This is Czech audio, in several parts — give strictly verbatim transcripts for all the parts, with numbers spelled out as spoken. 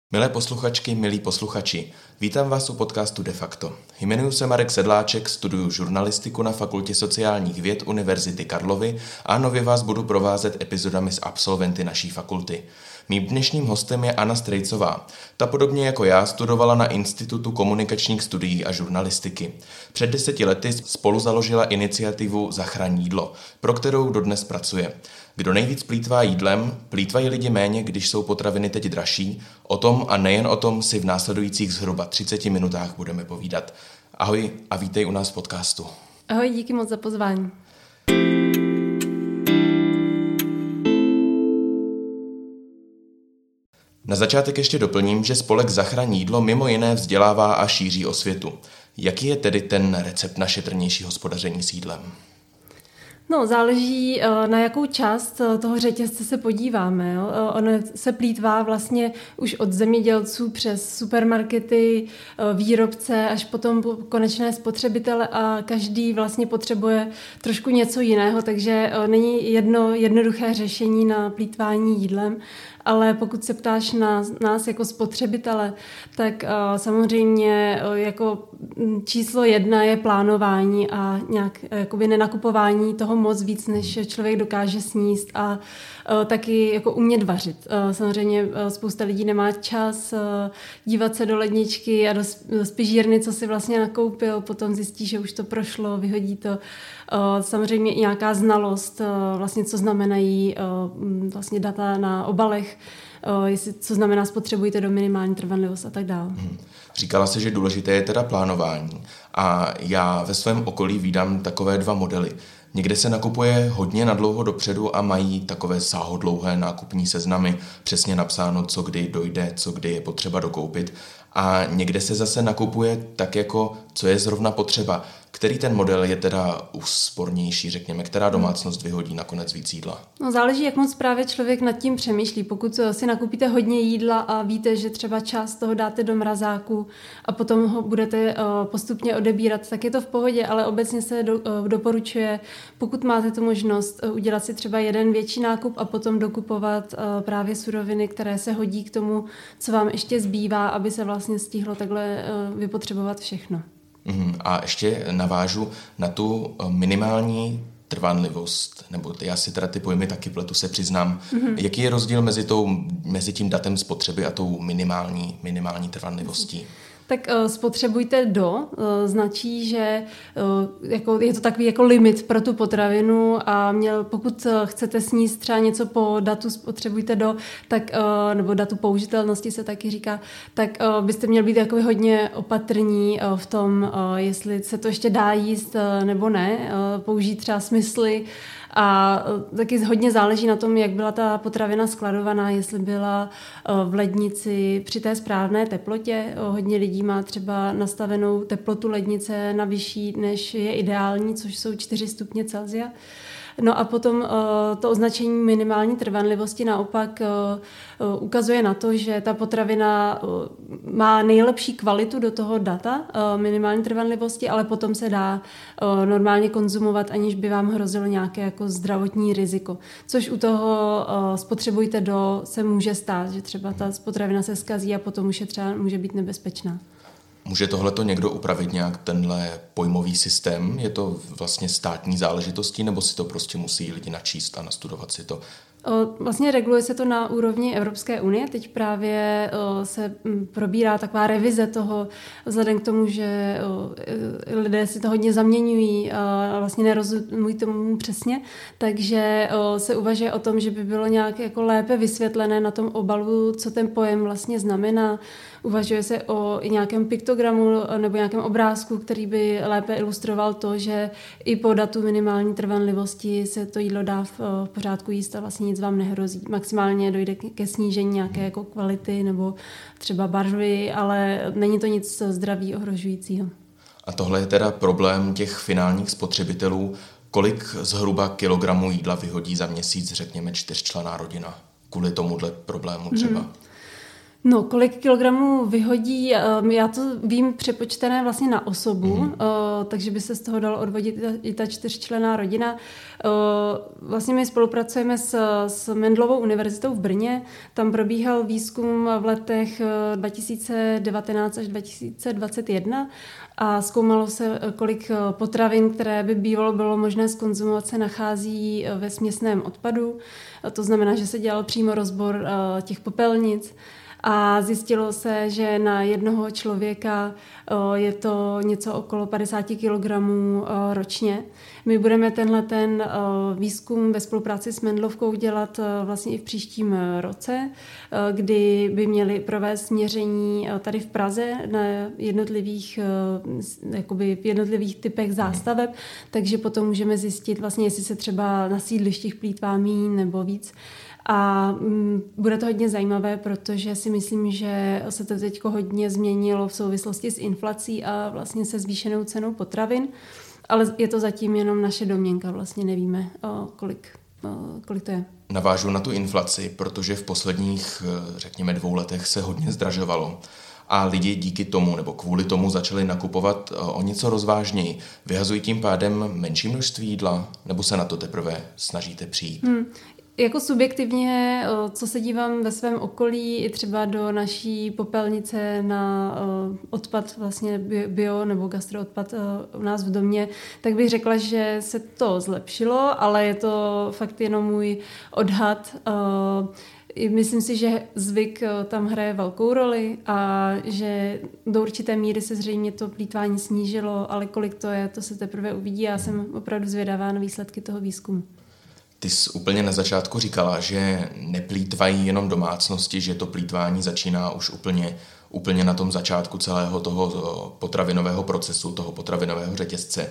Milé posluchačky, milí posluchači, vítám vás u podcastu De facto. Jmenuji se Marek Sedláček, studuju žurnalistiku na Fakultě sociálních věd Univerzity Karlovy a nově vás budu provázet epizodami s absolventy naší fakulty. Mým dnešním hostem je Anna Strejcová. Ta podobně jako já studovala na Institutu komunikačních studií a žurnalistiky. Před deseti lety spolu založila iniciativu Zachraň jídlo, pro kterou dodnes pracuje. Kdo nejvíc plýtvá jídlem, plýtvají lidi méně, když jsou potraviny teď dražší. O tom a nejen o tom si v následujících zhruba třiceti minutách budeme povídat. Ahoj a vítej u nás v podcastu. Ahoj, díky moc za pozvání. Na začátek ještě doplním, že spolek Zachraň jídlo mimo jiné vzdělává a šíří osvětu. Jaký je tedy ten recept na šetrnější hospodaření s jídlem? No, záleží, na jakou část toho řetězce se podíváme. Jo. Ono se plýtvá vlastně už od zemědělců přes supermarkety, výrobce až potom konečné spotřebitele a každý vlastně potřebuje trošku něco jiného, takže není jedno jednoduché řešení na plýtvání jídlem. Ale pokud se ptáš na nás jako spotřebitele, tak uh, samozřejmě uh, jako číslo jedna je plánování a nějak uh, jakoby nenakupování toho moc víc, než člověk dokáže sníst a uh, taky jako umět vařit. Uh, samozřejmě uh, spousta lidí nemá čas uh, dívat se do ledničky a do, do spižírny, co si vlastně nakoupil, potom zjistí, že už to prošlo, vyhodí to. Uh, samozřejmě i nějaká znalost, uh, vlastně co znamenají uh, vlastně data na obalech, uh, jestli, co znamená spotřebujte do minimální trvanlivost a tak dále. Hmm. Říkala jsi, že důležité je teda plánování a já ve svém okolí vídám takové dva modely. Někde se nakupuje hodně na dlouho dopředu a mají takové sáhodlouhé nákupní seznamy, přesně napsáno, co kdy dojde, co kdy je potřeba dokoupit. A někde se zase nakupuje tak jako, co je zrovna potřeba. Který ten model je teda úspornější, řekněme, která domácnost vyhodí nakonec víc jídla? No, záleží, jak moc právě člověk nad tím přemýšlí. Pokud si nakupíte hodně jídla a víte, že třeba část toho dáte do mrazáku a potom ho budete postupně odebírat, tak je to v pohodě, ale obecně se do, doporučuje, pokud máte tu možnost, udělat si třeba jeden větší nákup a potom dokupovat právě suroviny, které se hodí k tomu, co vám ještě zbývá, aby se vlastně stihlo takhle vypotřebovat všechno. A ještě navážu na tu minimální trvanlivost, nebo já si teda ty pojmy taky pletu, se přiznám. Mm-hmm. Jaký je rozdíl mezi, tou, mezi tím datem spotřeby a tou minimální, minimální trvanlivostí? Tak uh, spotřebujte do, uh, značí, že uh, jako, je to takový jako limit pro tu potravinu a měl, pokud uh, chcete sníst třeba něco po datu spotřebujte do, tak, uh, nebo datu použitelnosti se taky říká, tak uh, byste měli být jako hodně opatrní uh, v tom, uh, jestli se to ještě dá jíst uh, nebo ne, uh, použít třeba smysly. A taky hodně záleží na tom, jak byla ta potravina skladovaná, jestli byla v lednici při té správné teplotě. Hodně lidí má třeba nastavenou teplotu lednice na vyšší, než je ideální, což jsou čtyři stupně Celsia. No a potom to označení minimální trvanlivosti naopak ukazuje na to, že ta potravina má nejlepší kvalitu do toho data minimální trvanlivosti, ale potom se dá normálně konzumovat, aniž by vám hrozilo nějaké jako zdravotní riziko. Což u toho spotřebujte do se může stát, že třeba ta potravina se zkazí a potom už je třeba může být nebezpečná. Může tohleto někdo upravit nějak tenhle pojmový systém? Je to vlastně státní záležitostí, nebo si to prostě musí lidi načíst a nastudovat si to? Vlastně reguluje se to na úrovni Evropské unie. Teď právě se probírá taková revize toho, vzhledem k tomu, že lidé si to hodně zaměňují a vlastně nerozumují tomu přesně, takže se uvažuje o tom, že by bylo nějak jako lépe vysvětlené na tom obalu, co ten pojem vlastně znamená. Uvažuje se o nějakém piktogramu nebo nějakém obrázku, který by lépe ilustroval to, že i po datu minimální trvanlivosti se to jídlo dá v pořádku jíst a vlastně nic vám nehrozí. Maximálně dojde ke snížení nějaké jako kvality nebo třeba barvy, ale není to nic zdraví ohrožujícího. A tohle je teda problém těch finálních spotřebitelů. Kolik zhruba kilogramů jídla vyhodí za měsíc, řekněme, čtyřčlenná rodina? Kvůli tomuhle problému třeba? Hmm. No, kolik kilogramů vyhodí, já to vím přepočtené vlastně na osobu, mm. takže by se z toho dalo odvodit i ta čtyřčlenná rodina. Vlastně my spolupracujeme s, s Mendelovou univerzitou v Brně, tam probíhal výzkum v letech dva tisíce devatenáct až dva tisíce dvacet jedna a zkoumalo se, kolik potravin, které by bývalo bylo možné zkonzumovat, se nachází ve směsném odpadu. To znamená, že se dělal přímo rozbor těch popelnic. A zjistilo se, že na jednoho člověka je to něco okolo padesát kilogramů ročně. My budeme tenhle ten výzkum ve spolupráci s Mendelovkou dělat vlastně i v příštím roce, kdy by měli provést měření tady v Praze na jednotlivých, jakoby v jednotlivých typech zástaveb, takže potom můžeme zjistit vlastně, jestli se třeba na sídlištích plýtvá míň nebo víc. A m, bude to hodně zajímavé, protože si myslím, že se to teď hodně změnilo v souvislosti s inflací a vlastně se zvýšenou cenou potravin, ale je to zatím jenom naše domněnka, vlastně nevíme, o, kolik, o, kolik to je. Navážu na tu inflaci, protože v posledních, řekněme, dvou letech se hodně zdražovalo a lidi díky tomu nebo kvůli tomu začali nakupovat o něco rozvážněji. Vyhazují tím pádem menší množství jídla, nebo se na to teprve snažíte přijít? Hmm. Jako subjektivně, co se dívám ve svém okolí, i třeba do naší popelnice na odpad vlastně bio nebo gastroodpad u nás v domě, tak bych řekla, že se to zlepšilo, ale je to fakt jenom můj odhad. Myslím si, že zvyk tam hraje velkou roli a že do určité míry se zřejmě to plýtvání snížilo, ale kolik to je, to se teprve uvidí. Já jsem opravdu zvědavá na výsledky toho výzkumu. Ty jsi úplně na začátku říkala, že neplýtvají jenom domácnosti, že to plýtvání začíná už úplně, úplně na tom začátku celého toho potravinového procesu, toho potravinového řetězce.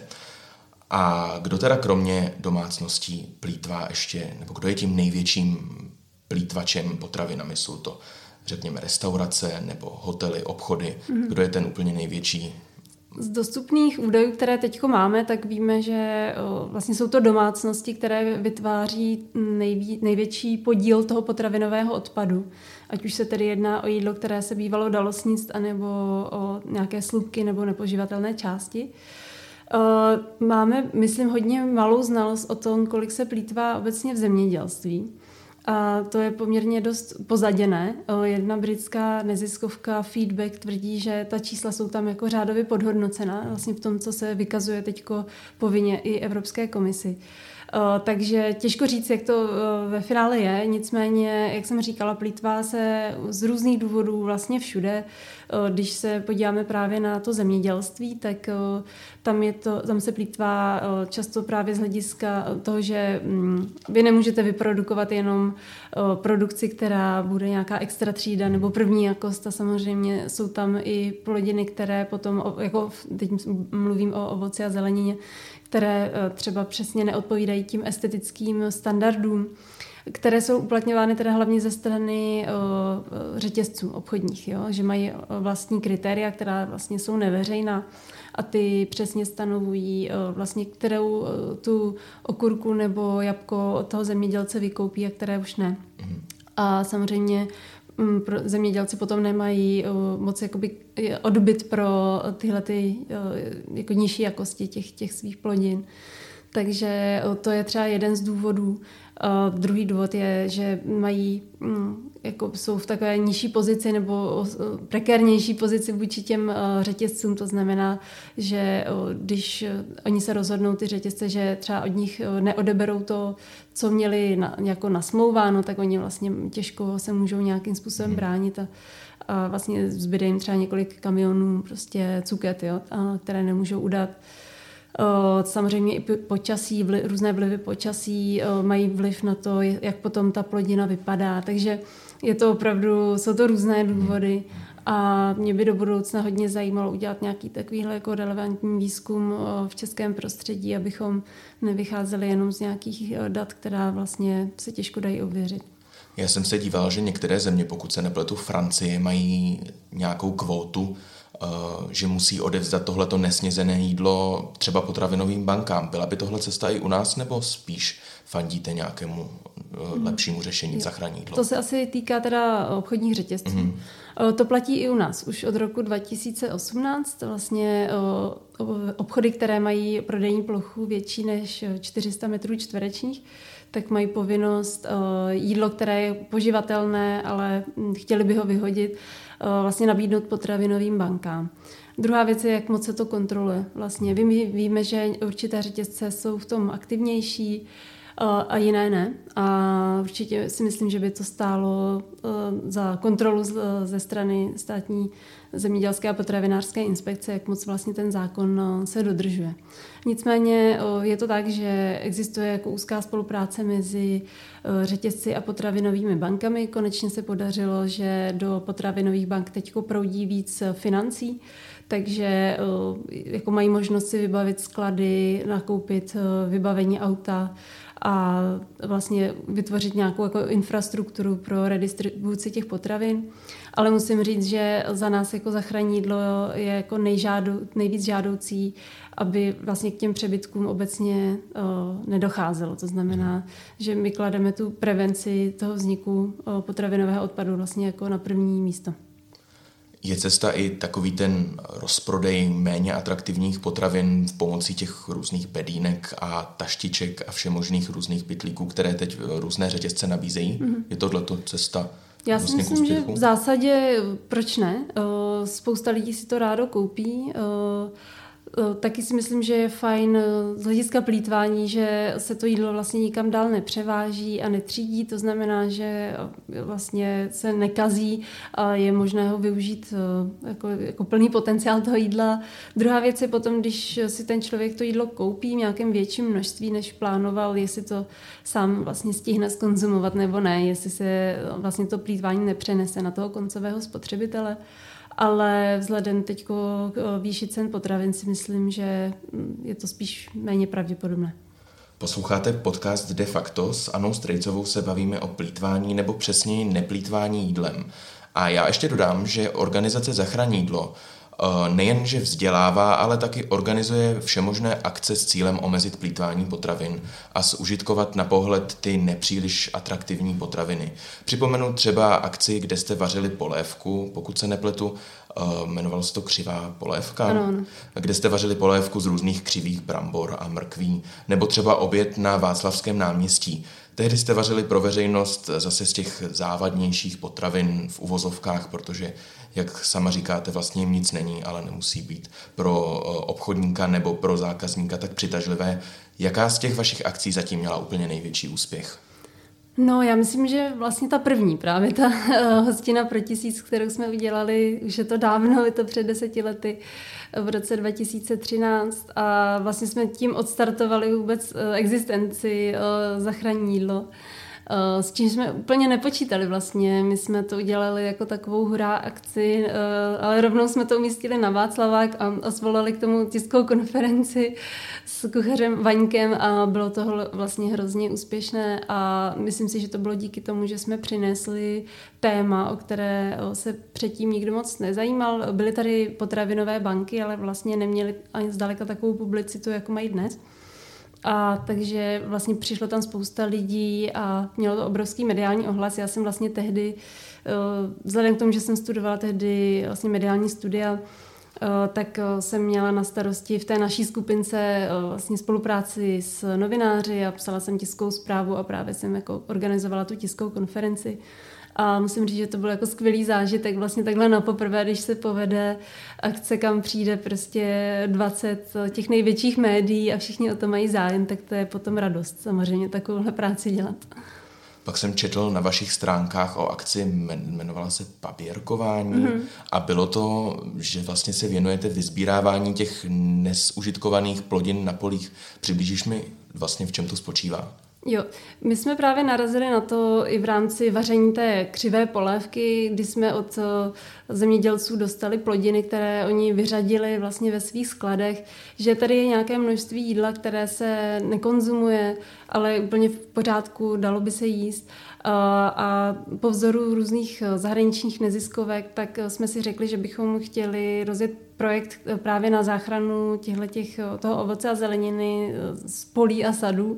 A kdo teda kromě domácností plýtvá ještě, nebo kdo je tím největším plýtvačem potravinami? Jsou to, řekněme, restaurace nebo hotely, obchody? Mm. Kdo je ten úplně největší? Z dostupných údajů, které teď máme, tak víme, že vlastně jsou to domácnosti, které vytváří nejví, největší podíl toho potravinového odpadu. Ať už se tedy jedná o jídlo, které se bývalo dalo sníst, anebo o nějaké slupky nebo nepoživatelné části. Máme, myslím, hodně malou znalost o tom, kolik se plýtvá obecně v zemědělství. A to je poměrně dost pozaděné. Jedna britská neziskovka Feedback tvrdí, že ta čísla jsou tam jako řádově podhodnocená, vlastně v tom, co se vykazuje teďko povinně i Evropské komisi. Takže těžko říct, jak to ve finále je, nicméně, jak jsem říkala, plýtvá se z různých důvodů vlastně všude. Když se podíváme právě na to zemědělství, tak tam, je to, tam se plýtvá často právě z hlediska toho, že vy nemůžete vyprodukovat jenom produkci, která bude nějaká extra třída nebo první jakost a samozřejmě jsou tam i plodiny, které potom, jako teď mluvím o ovoci a zelenině, které třeba přesně neodpovídají tím estetickým standardům, které jsou uplatňovány teda hlavně ze strany o, řetězců obchodních, jo? Že mají vlastní kritéria, která vlastně jsou neveřejná a ty přesně stanovují o, vlastně, kterou o, tu okurku nebo jabko od toho zemědělce vykoupí a které už ne. A samozřejmě pro zemědělci potom nemají o, moc jakoby odbyt pro tyhle ty, o, jako nižší jakosti těch, těch svých plodin. Takže o, to je třeba jeden z důvodů. A druhý důvod je, že mají, jako jsou v takové nižší pozici nebo prekérnější pozici vůči těm řetězcům. To znamená, že když oni se rozhodnou ty řetězce, že třeba od nich neodeberou to, co měli na, jako nasmlouváno, tak oni vlastně těžko se můžou nějakým způsobem bránit a, a vlastně zbyde jim třeba několik kamionů prostě cuket, jo, a, které nemůžou udat. Samozřejmě i počasí, vli, různé vlivy počasí mají vliv na to, jak potom ta plodina vypadá. Takže je to opravdu, jsou to různé důvody a mě by do budoucna hodně zajímalo udělat nějaký takovýhle jako relevantní výzkum v českém prostředí, abychom nevycházeli jenom z nějakých dat, která vlastně se těžko dají ověřit. Já jsem se díval, že některé země, pokud se nepletu Francie, mají nějakou kvótu že musí odevzdat tohleto nesnězené jídlo třeba potravinovým bankám. Byla by tohle cesta i u nás, nebo spíš fandíte nějakému lepšímu řešení, zachrání jídlo? To se asi týká teda obchodních řetězců. Mm-hmm. To platí i u nás. Už od roku dva tisíce osmnáct vlastně obchody, které mají prodejní plochu větší než čtyři sta metrů čtverečních, tak mají povinnost jídlo, které je poživatelné, ale chtěli by ho vyhodit, vlastně nabídnout potravinovým bankám. Druhá věc je, jak moc se to kontroluje. Vlastně víme, že určité řetězce jsou v tom aktivnější a jiné ne. A určitě si myslím, že by to stálo za kontrolu ze strany státní zemědělské a potravinářské inspekce, jak moc vlastně ten zákon se dodržuje. Nicméně je to tak, že existuje jako úzká spolupráce mezi řetězci a potravinovými bankami. Konečně se podařilo, že do potravinových bank teďko proudí víc financí, takže jako mají možnost si vybavit sklady, nakoupit vybavení auta a vlastně vytvořit nějakou jako infrastrukturu pro redistribuci těch potravin. Ale musím říct, že za nás jako zachrání jídlo je jako nejžádou, nejvíc žádoucí, aby vlastně k těm přebytkům obecně uh, nedocházelo. To znamená, že my klademe tu prevenci toho vzniku uh, potravinového odpadu vlastně jako na první místo. Je cesta i takový ten rozprodej méně atraktivních potravin v pomocí těch různých bedínek a taštiček a všemožných různých pytlíků, které teď různé řetězce nabízejí? Mm-hmm. Je tohleto cesta? Já si myslím, že v zásadě proč ne? Spousta lidí si to rádo koupí. Taky si myslím, že je fajn z hlediska plýtvání, že se to jídlo vlastně nikam dál nepřeváží a netřídí, to znamená, že vlastně se nekazí a je možné ho využít jako, jako plný potenciál toho jídla. Druhá věc je potom, když si ten člověk to jídlo koupí v nějakém větším množství, než plánoval, jestli to sám vlastně stihne zkonzumovat nebo ne, jestli se vlastně to plýtvání nepřenese na toho koncového spotřebitele. Ale vzhledem teď k výši cen potravin si myslím, že je to spíš méně pravděpodobné. Posloucháte podcast De facto, s Annou Strejcovou se bavíme o plýtvání nebo přesněji neplýtvání jídlem. A já ještě dodám, že organizace Zachraň jídlo nejenže vzdělává, ale taky organizuje všemožné akce s cílem omezit plýtvání potravin a zužitkovat na pohled ty nepříliš atraktivní potraviny. Připomenu třeba akci, kde jste vařili polévku, pokud se nepletu, jmenovalo se to křivá polévka, ano. Kde jste vařili polévku z různých křivých brambor a mrkví, nebo třeba oběd na Václavském náměstí. Tehdy jste vařili pro veřejnost zase z těch závadnějších potravin v uvozovkách, protože, jak sama říkáte, vlastně jim nic není, ale nemusí být pro obchodníka nebo pro zákazníka tak přitažlivé. Jaká z těch vašich akcí zatím měla úplně největší úspěch? No, já myslím, že vlastně ta první, právě ta uh, hostina pro tisíc, kterou jsme udělali, už je to dávno, je to před deseti lety, v roce dva tisíce třináct a vlastně jsme tím odstartovali vůbec uh, existenci uh, Zachraň jídlo. S čím jsme úplně nepočítali vlastně. My jsme to udělali jako takovou hurá akci, ale rovnou jsme to umístili na Václavák a, a svolali k tomu tiskovou konferenci s kuchařem Vaňkem a bylo to vlastně hrozně úspěšné a myslím si, že to bylo díky tomu, že jsme přinesli téma, o které se předtím nikdo moc nezajímal. Byly tady potravinové banky, ale vlastně neměly ani zdaleka takovou publicitu, jako mají dnes. A takže vlastně přišlo tam spousta lidí a mělo to obrovský mediální ohlas. Já jsem vlastně tehdy, vzhledem k tomu, že jsem studovala tehdy vlastně mediální studia, tak jsem měla na starosti v té naší skupince vlastně spolupráci s novináři a psala jsem tiskovou zprávu a právě jsem jako organizovala tu tiskovou konferenci. A musím říct, že to byl jako skvělý zážitek, vlastně takhle na poprvé, když se povede akce, kam přijde prostě dvacet těch největších médií a všichni o to mají zájem, tak to je potom radost samozřejmě takovouhle práci dělat. Pak jsem četl na vašich stránkách o akci, jmenovala se Paběrkování mm-hmm. a bylo to, že vlastně se věnujete vyzbírávání těch nezužitkovaných plodin na polích. Přiblížíš mi vlastně, v čem to spočívá? Jo, my jsme právě narazili na to i v rámci vaření té křivé polévky, kdy jsme od zemědělců dostali plodiny, které oni vyřadili vlastně ve svých skladech, že tady je nějaké množství jídla, které se nekonzumuje, ale je úplně v pořádku, dalo by se jíst. A po vzoru různých zahraničních neziskovek, tak jsme si řekli, že bychom chtěli rozjet projekt právě na záchranu těchto, toho ovoce a zeleniny z polí a sadů.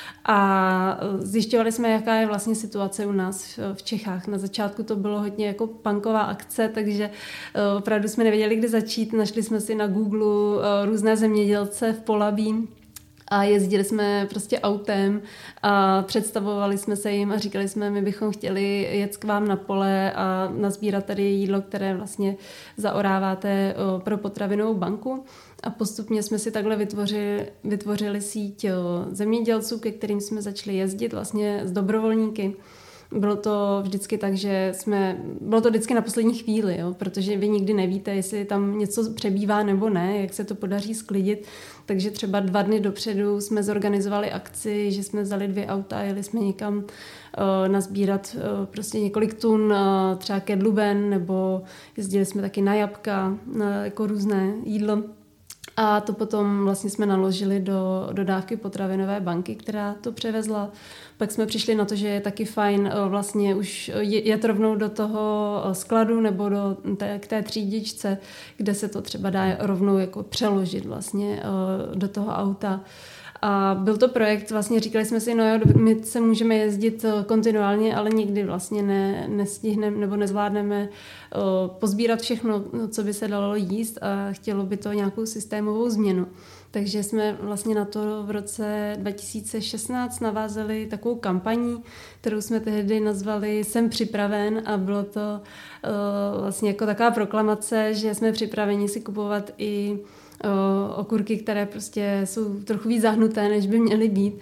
A zjišťovali jsme, jaká je vlastně situace u nás v Čechách. Na začátku to bylo hodně jako punková akce, takže opravdu jsme nevěděli, kde začít. Našli jsme si na Google různé zemědělce v Polabí a jezdili jsme prostě autem a představovali jsme se jim a říkali jsme, my bychom chtěli jet k vám na pole a nazbírat tady jídlo, které vlastně zaoráváte pro potravinovou banku. A postupně jsme si takhle vytvořili, vytvořili síť zemědělců, ke kterým jsme začali jezdit vlastně s dobrovolníky. Bylo to vždycky tak, že jsme, bylo to vždycky na poslední chvíli, jo, protože vy nikdy nevíte, jestli tam něco přebývá nebo ne, jak se to podaří sklidit. Takže třeba dva dny dopředu jsme zorganizovali akci, že jsme vzali dvě auta a jeli jsme někam uh, nazbírat uh, prostě několik tun, uh, třeba kedluben, nebo jezdili jsme taky na jabka, na jako různé jídlo. A to potom vlastně jsme naložili do dodávky potravinové banky, která to převezla. Pak jsme přišli na to, že je taky fajn vlastně už jet rovnou do toho skladu nebo do té, k té třídičce, kde se to třeba dá rovnou jako přeložit vlastně do toho auta. A byl to projekt, vlastně říkali jsme si, no jo, my se můžeme jezdit kontinuálně, ale nikdy vlastně ne, nestihneme nebo nezvládneme o, pozbírat všechno, co by se dalo jíst a chtělo by to nějakou systémovou změnu. Takže jsme vlastně na to v roce dva tisíce šestnáct navázali takovou kampaní, kterou jsme tehdy nazvali Jsem připraven a bylo to o, vlastně jako taková proklamace, že jsme připraveni si kupovat i okurky, které prostě jsou trochu víc zahnuté, než by měly být.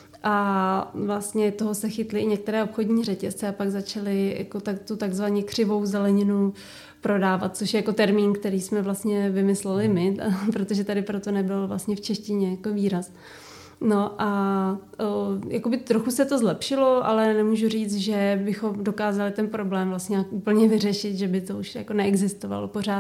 A vlastně toho se chytly i některé obchodní řetězce a pak začaly jako tak, tu takzvaně křivou zeleninu prodávat, což je jako termín, který jsme vlastně vymysleli my, protože tady proto nebyl vlastně v češtině jako výraz. No a o, jakoby trochu se to zlepšilo, ale nemůžu říct, že bychom dokázali ten problém vlastně nějak úplně vyřešit, že by to už jako neexistovalo pořád.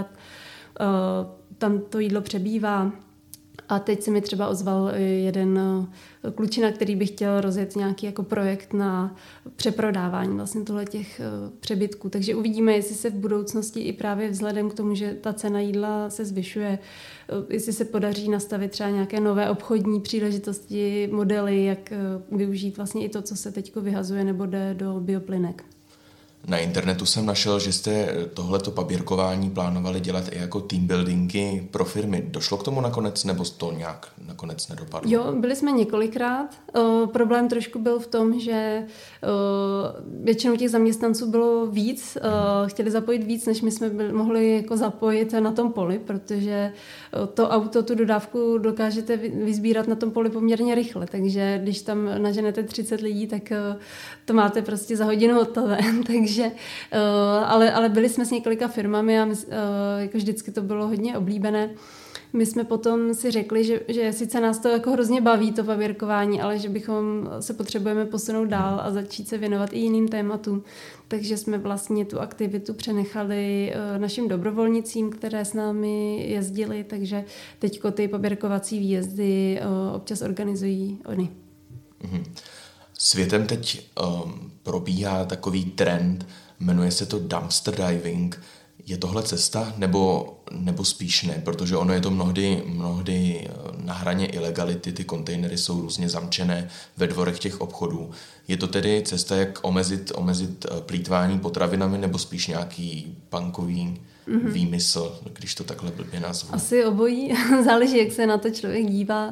O, tam to jídlo přebývá. A teď se mi třeba ozval jeden klučina, který by chtěl rozjet nějaký jako projekt na přeprodávání vlastně tohle těch přebytků. Takže uvidíme, jestli se v budoucnosti i právě vzhledem k tomu, že ta cena jídla se zvyšuje, jestli se podaří nastavit třeba nějaké nové obchodní příležitosti, modely, jak využít vlastně i to, co se teď vyhazuje nebo jde do bioplynek. Na internetu jsem našel, že jste tohleto papírkování plánovali dělat i jako team buildingy pro firmy. Došlo k tomu nakonec, nebo to nějak nakonec nedopadlo? Jo, byli jsme několikrát. O, problém trošku byl v tom, že o, většinou těch zaměstnanců bylo víc, o, chtěli zapojit víc, než my jsme byli, mohli jako zapojit na tom poli, protože to auto, tu dodávku dokážete vysbírat na tom poli poměrně rychle, takže když tam naženete třicet lidí, tak o, to máte prostě za hodinu hotové, takže Takže, ale, ale byli jsme s několika firmami a my, jako vždycky to bylo hodně oblíbené. My jsme potom si řekli, že, že sice nás to jako hrozně baví, to papírkování, ale že bychom se potřebujeme posunout dál a začít se věnovat i jiným tématům. Takže jsme vlastně tu aktivitu přenechali našim dobrovolnicím, které s námi jezdili, takže teďko ty papírkovací výjezdy občas organizují oni. Mhm. Světem teď um, probíhá takový trend, jmenuje se to dumpster diving. Je tohle cesta nebo, nebo spíš ne? Protože ono je to mnohdy, mnohdy na hraně ilegality, ty kontejnery jsou různě zamčené ve dvorech těch obchodů. Je to tedy cesta, jak omezit, omezit plýtvání potravinami nebo spíš nějaký punkový mm-hmm. výmysl, když to takhle blbě nazvu? Asi obojí, záleží, jak se na to člověk dívá.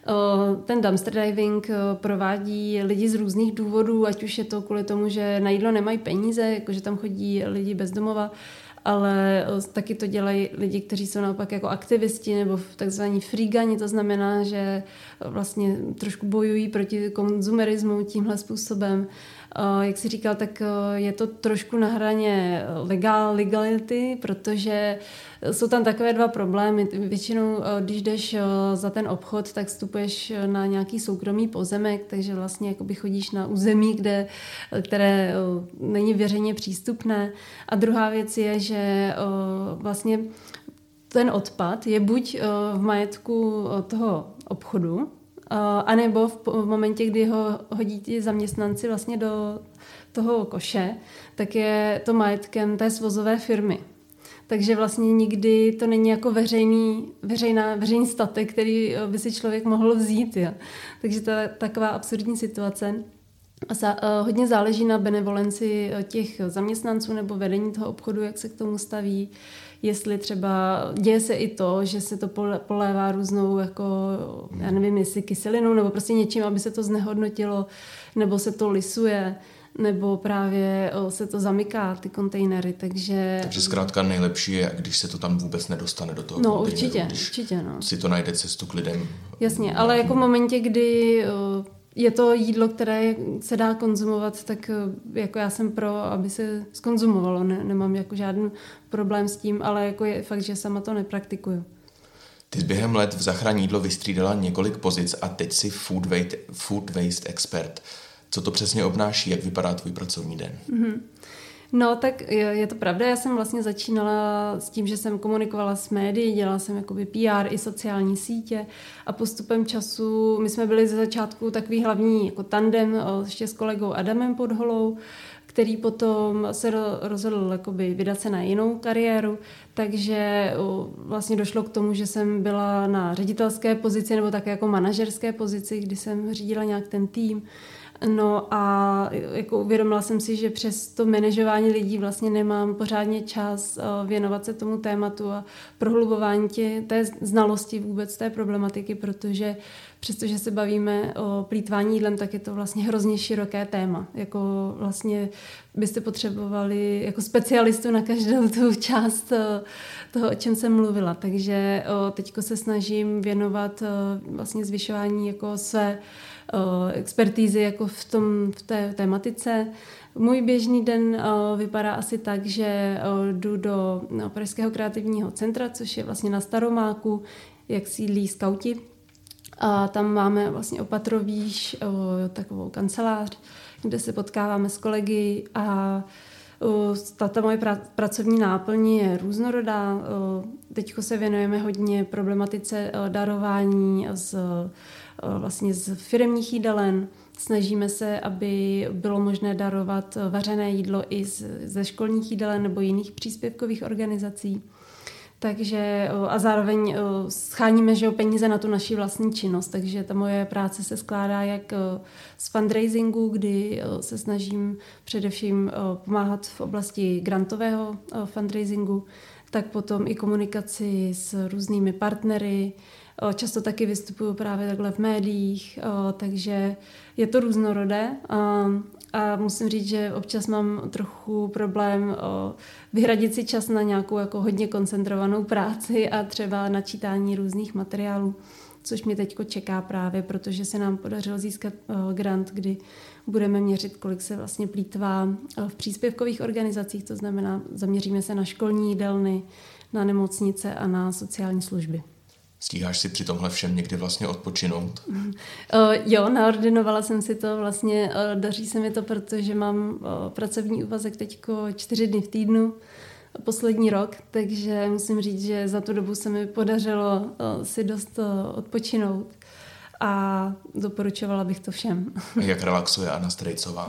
Ten dumpster diving provádí lidi z různých důvodů, ať už je to kvůli tomu, že na jídlo nemají peníze, jakože tam chodí lidi bez domova, ale taky to dělají lidi, kteří jsou naopak jako aktivisti nebo takzvaní free gani, to znamená znamená, že vlastně trošku bojují proti konzumerismu tímhle způsobem. Jak jsi říkal, tak je to trošku na hraně legal, legality, protože jsou tam takové dva problémy. Většinou, když jdeš za ten obchod, tak vstupuješ na nějaký soukromý pozemek, takže vlastně jakoby chodíš na území, kde, které není veřejně přístupné. A druhá věc je, že vlastně ten odpad je buď v majetku toho obchodu, a nebo v momentě, kdy ho hodí ti zaměstnanci vlastně do toho koše, tak je to majetkem té svozové firmy. Takže vlastně nikdy to není jako veřejný, veřejná, veřejný statek, který by si člověk mohl vzít. Jo. Takže to je taková absurdní situace. A zá, hodně záleží na benevolenci těch zaměstnanců nebo vedení toho obchodu, jak se k tomu staví. Jestli třeba děje se i to, že se to polévá různou, jako, já nevím, jestli kyselinou, nebo prostě něčím, aby se to znehodnotilo, nebo se to lisuje, nebo právě se to zamyká, ty kontejnery, takže... Takže zkrátka nejlepší je, když se to tam vůbec nedostane do toho no, kontejneru. Určitě, když určitě, no. si to najde cestu k lidem. Jasně, ale jako v momentě, kdy je to jídlo, které se dá konzumovat, tak jako já jsem pro, aby se skonzumovalo. Ne, nemám jako žádný problém s tím, ale jako je fakt, že sama to nepraktikuju. Ty jsi během let v Zachraň jídlo vystřídala několik pozic a teď jsi food waste, food waste expert. Co to přesně obnáší? Jak vypadá tvůj pracovní den? Mm-hmm. No, tak je, je to pravda. Já jsem vlastně začínala s tím, že jsem komunikovala s médií, dělala jsem jakoby P R i sociální sítě a postupem času, my jsme byli ze začátku takový hlavní jako tandem ještě s kolegou Adamem Podholou, který potom se rozhodl jakoby vydat se na jinou kariéru, takže vlastně došlo k tomu, že jsem byla na ředitelské pozici nebo také jako manažerské pozici, kdy jsem řídila nějak ten tým. No a jako uvědomila jsem si, že přes to manažování lidí vlastně nemám pořádně čas věnovat se tomu tématu a prohlubování tě, té znalosti vůbec té problematiky, protože přestože se bavíme o plýtvání jídlem, tak je to vlastně hrozně široké téma. Jako vlastně byste potřebovali jako specialistu na každou tu část toho, o čem jsem mluvila. Takže teďko se snažím věnovat vlastně zvyšování jako své expertízy jako v, tom, v té tématice. Můj běžný den vypadá asi tak, že jdu do Pražského kreativního centra, což je vlastně na Staromáku, jak sídlí skauti. A tam máme vlastně opatrovýš takovou kancelář, kde se potkáváme s kolegy a ta moje pracovní náplň je různorodá. Teďko se věnujeme hodně problematice darování z, vlastně z firemních jídelen. Snažíme se, aby bylo možné darovat vařené jídlo i z, ze školních jídelen nebo jiných příspěvkových organizací. Takže a zároveň scháníme, že peníze na tu naši vlastní činnost, takže ta moje práce se skládá jak z fundraisingu, kdy se snažím především pomáhat v oblasti grantového fundraisingu, tak potom i komunikaci s různými partnery. Často taky vystupuju právě takhle v médiích, takže je to různorodé. A musím říct, že občas mám trochu problém o, vyhradit si čas na nějakou jako hodně koncentrovanou práci a třeba načítání různých materiálů, což mě teďko čeká právě, protože se nám podařilo získat o, grant, kdy budeme měřit, kolik se vlastně plýtvá o, v příspěvkových organizacích, to znamená, zaměříme se na školní jídelny, na nemocnice a na sociální služby. Stíháš si při tomhle všem někdy vlastně odpočinout? Uh, jo, naordinovala jsem si to, vlastně uh, daří se mi to, protože mám uh, pracovní úvazek teďko čtyři dny v týdnu, poslední rok, takže musím říct, že za tu dobu se mi podařilo uh, si dost uh, odpočinout a doporučovala bych to všem. Jak relaxuje Anna Strejcová?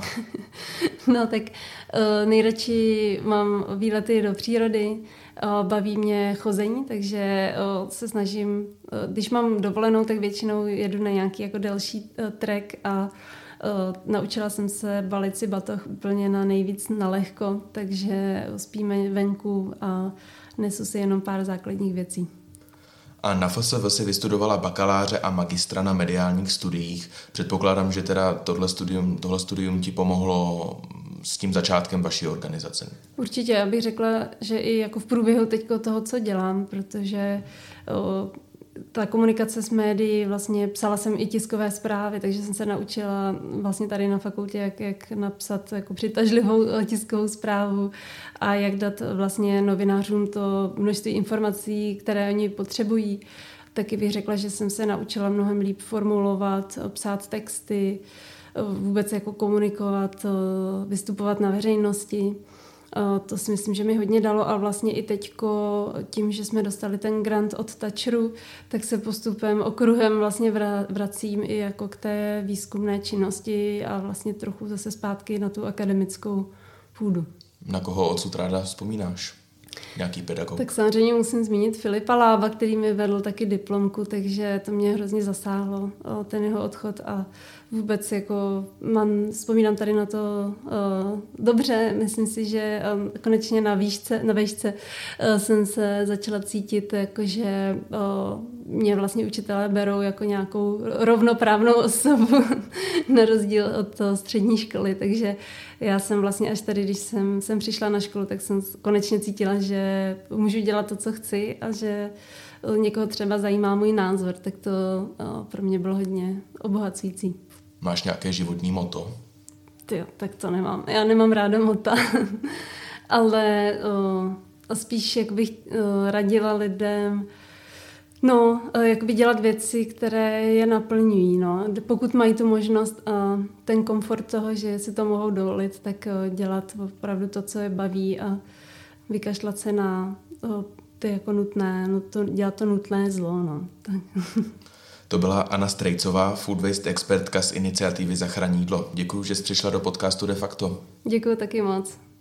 No tak uh, nejradši mám výlety do přírody, uh, baví mě chození, takže uh, se snažím, uh, když mám dovolenou, tak většinou jedu na nějaký jako delší uh, trek a uh, naučila jsem se balit si batoh úplně na nejvíc na lehko, takže spíme venku a nesu si jenom pár základních věcí. A na F S V si vystudovala bakaláře a magistra na mediálních studiích. Předpokládám, že teda tohle studium, tohle studium ti pomohlo s tím začátkem vaší organizace. Určitě, já bych řekla, že i jako v průběhu teďko toho, co dělám, protože o, ta komunikace s médií, vlastně psala jsem i tiskové zprávy, takže jsem se naučila vlastně tady na fakultě, jak, jak napsat jako přitažlivou tiskovou zprávu a jak dát vlastně novinářům to množství informací, které oni potřebují. Taky bych řekla, že jsem se naučila mnohem líp formulovat, psát texty, vůbec jako komunikovat, vystupovat na veřejnosti. To si myslím, že mi hodně dalo a vlastně i teďko tím, že jsme dostali ten grant od Tačru, tak se postupem okruhem vlastně vracím i jako k té výzkumné činnosti a vlastně trochu zase zpátky na tu akademickou půdu. Na koho odsud ráda vzpomínáš? Nějaký pedagog? Tak samozřejmě musím zmínit Filipa Lába, který mi vedl taky diplomku, takže to mě hrozně zasáhlo, ten jeho odchod a vůbec jako mám, vzpomínám tady na to uh, dobře, myslím si, že um, konečně na výšce, na výšce uh, jsem se začala cítit, jakože uh, mě vlastně učitelé berou jako nějakou rovnoprávnou osobu na rozdíl od toho střední školy, takže já jsem vlastně až tady, když jsem, jsem přišla na školu, tak jsem konečně cítila, že můžu dělat to, co chci a že někoho třeba zajímá můj názor, tak to uh, pro mě bylo hodně obohacující. Máš nějaké životní motto? Tyjo, tak to nemám. Já nemám ráda mota, ale uh, spíš jak bych uh, radila lidem no, uh, jakoby dělat věci, které je naplňují. No. Pokud mají tu možnost a uh, ten komfort toho, že si to mohou dovolit, tak uh, dělat opravdu to, co je baví a vykašlat se na uh, ty jako nutné, no to, dělat to nutné zlo. No. To byla Anna Strejcová, food waste expertka z iniciativy Zachraň jídlo. Děkuji, že jsi přišla do podcastu De facto. Děkuji taky moc.